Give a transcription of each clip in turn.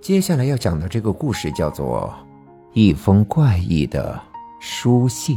接下来要讲的这个故事叫做一封怪异的书信。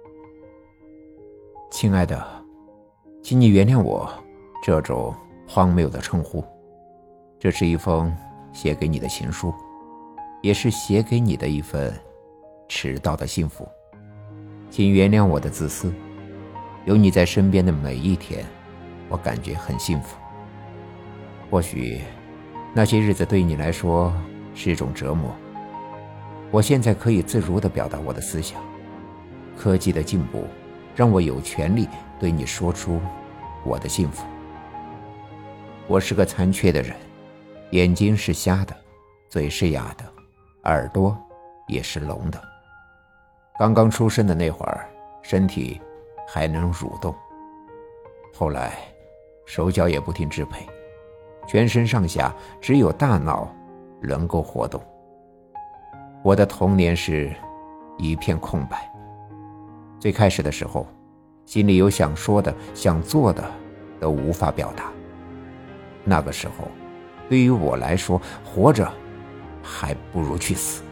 亲爱的，请你原谅我这种荒谬的称呼，这是一封写给你的情书，也是写给你的一份迟到的幸福。请原谅我的自私，有你在身边的每一天，我感觉很幸福。或许那些日子对你来说是一种折磨，我现在可以自如地表达我的思想。科技的进步让我有权利对你说出我的幸福。我是个残缺的人，眼睛是瞎的，嘴是哑的，耳朵也是聋的。刚刚出生的那会儿，身体还能蠕动，后来手脚也不听支配，全身上下只有大脑能够活动。我的童年是一片空白，最开始的时候，心里有想说的想做的都无法表达。那个时候对于我来说，活着还不如去死。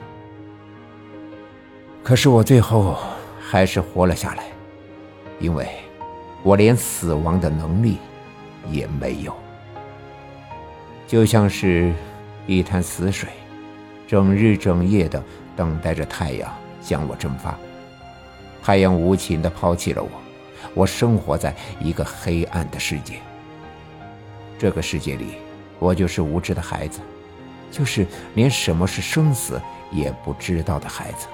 可是我最后还是活了下来，因为我连死亡的能力也没有。就像是一潭死水，整日整夜地等待着太阳向我蒸发。太阳无情地抛弃了我，我生活在一个黑暗的世界。这个世界里，我就是无知的孩子，就是连什么是生死也不知道的孩子。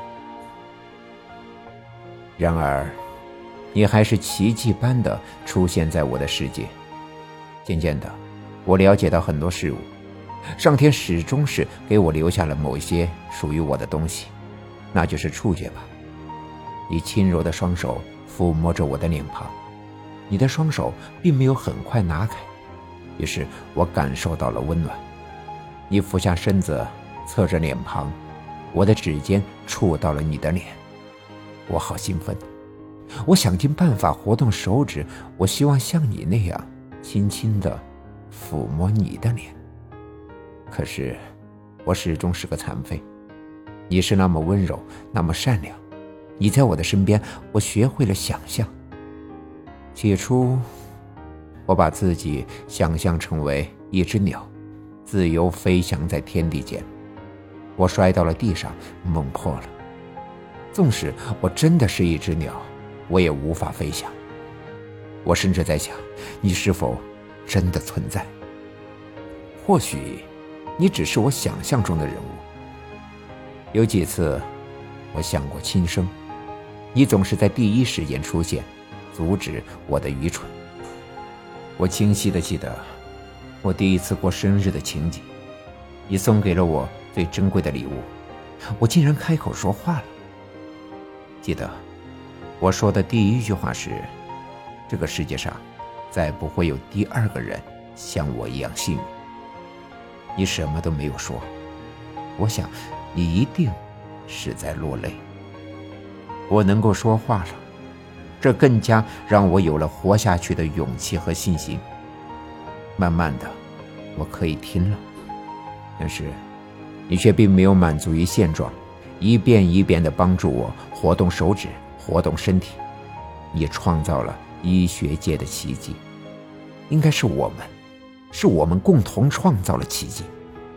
然而你还是奇迹般地出现在我的世界。渐渐的，我了解到很多事物，上天始终是给我留下了某一些属于我的东西，那就是触觉吧。你轻柔的双手抚摸着我的脸庞，你的双手并没有很快拿开，于是我感受到了温暖。你俯下身子侧着脸庞，我的指尖触到了你的脸，我好兴奋，我想尽办法活动手指，我希望像你那样轻轻地抚摸你的脸。可是我始终是个残废，你是那么温柔，那么善良，你在我的身边，我学会了想象。起初我把自己想象成为一只鸟，自由飞翔在天地间。我摔到了地上，梦破了。纵使我真的是一只鸟，我也无法飞翔。我甚至在想，你是否真的存在？或许你只是我想象中的人物。有几次我想过轻生，你总是在第一时间出现，阻止我的愚蠢。我清晰地记得我第一次过生日的情景，你送给了我最珍贵的礼物，我竟然开口说话了。记得我说的第一句话是，这个世界上再不会有第二个人像我一样幸运。你什么都没有说，我想你一定是在落泪。我能够说话了，这更加让我有了活下去的勇气和信心。慢慢的，我可以听了，但是你却并没有满足于现状，一遍一遍地帮助我活动手指，活动身体。你创造了医学界的奇迹，应该是我们共同创造了奇迹。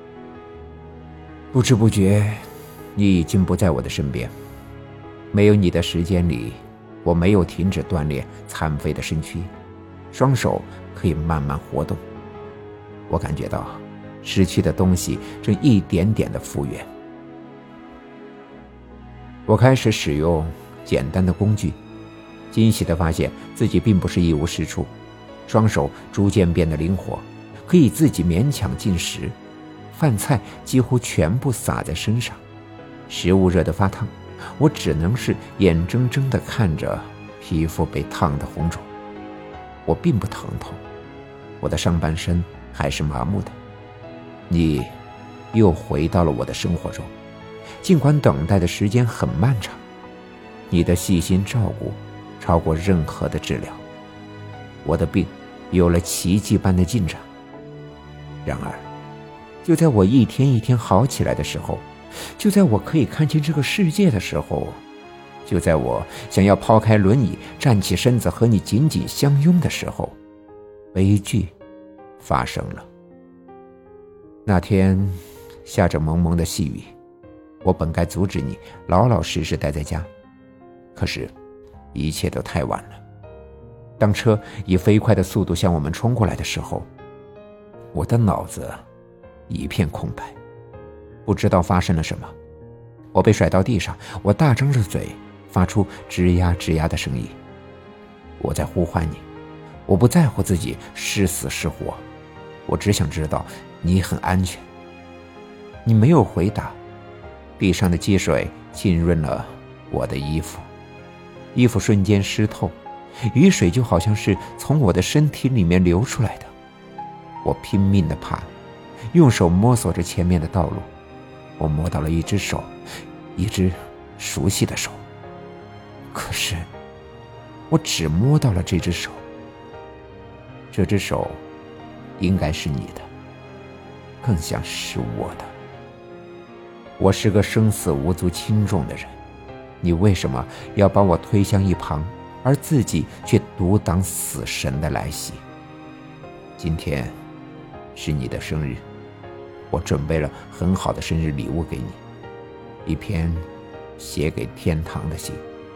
不知不觉，你已经不在我的身边。没有你的时间里，我没有停止锻炼残废的身躯，双手可以慢慢活动。我感觉到失去的东西正一点点地复原。我开始使用简单的工具，惊喜地发现自己并不是一无是处，双手逐渐变得灵活，可以自己勉强进食，饭菜几乎全部洒在身上，食物热得发烫，我只能是眼睁睁地看着皮肤被烫得红肿。我并不疼痛，我的上半身还是麻木的。你又回到了我的生活中，尽管等待的时间很漫长，你的细心照顾超过任何的治疗，我的病有了奇迹般的进展。然而就在我一天一天好起来的时候，就在我可以看清这个世界的时候，就在我想要抛开轮椅站起身子和你紧紧相拥的时候，悲剧发生了。那天下着蒙蒙的细雨，我本该阻止你老老实实待在家，可是一切都太晚了。当车以飞快的速度向我们冲过来的时候，我的脑子一片空白，不知道发生了什么。我被甩到地上，我大张着嘴，发出吱呀吱呀的声音。我在呼唤你，我不在乎自己是死是活，我只想知道你很安全。你没有回答，地上的积水浸润了我的衣服，衣服瞬间湿透，雨水就好像是从我的身体里面流出来的。我拼命地爬，用手摸索着前面的道路，我摸到了一只手，一只熟悉的手，可是我只摸到了这只手。这只手应该是你的，更像是我的。我是个生死无足轻重的人，你为什么要把我推向一旁，而自己却独挡死神的来袭？今天是你的生日，我准备了很好的生日礼物给你，一篇写给天堂的信。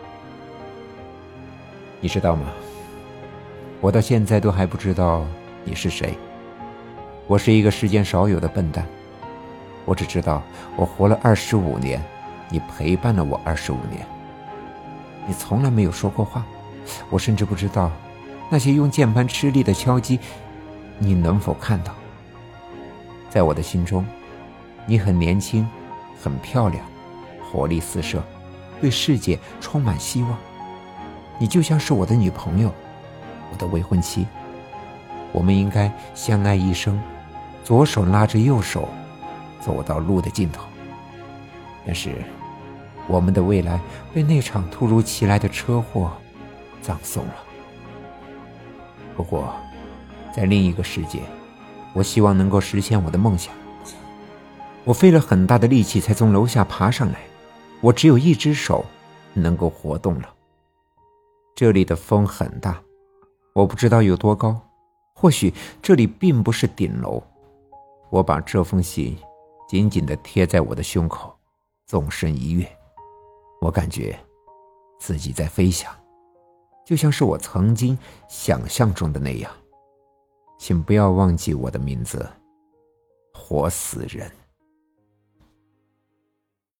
你知道吗？我到现在都还不知道你是谁。我是一个世间少有的笨蛋，我只知道我活了25年，你陪伴了我25年。你从来没有说过话，我甚至不知道那些用键盘吃力的敲击，你能否看到？在我的心中，你很年轻，很漂亮，活力四射，对世界充满希望。你就像是我的女朋友，我的未婚妻。我们应该相爱一生，左手拉着右手走到路的尽头。但是我们的未来被那场突如其来的车祸葬送了。不过在另一个世界，我希望能够实现我的梦想。我费了很大的力气才从楼下爬上来，我只有一只手能够活动了。这里的风很大，我不知道有多高，或许这里并不是顶楼。我把这封信紧紧地贴在我的胸口，纵身一跃。我感觉自己在飞翔，就像是我曾经想象中的那样。请不要忘记我的名字，活死人。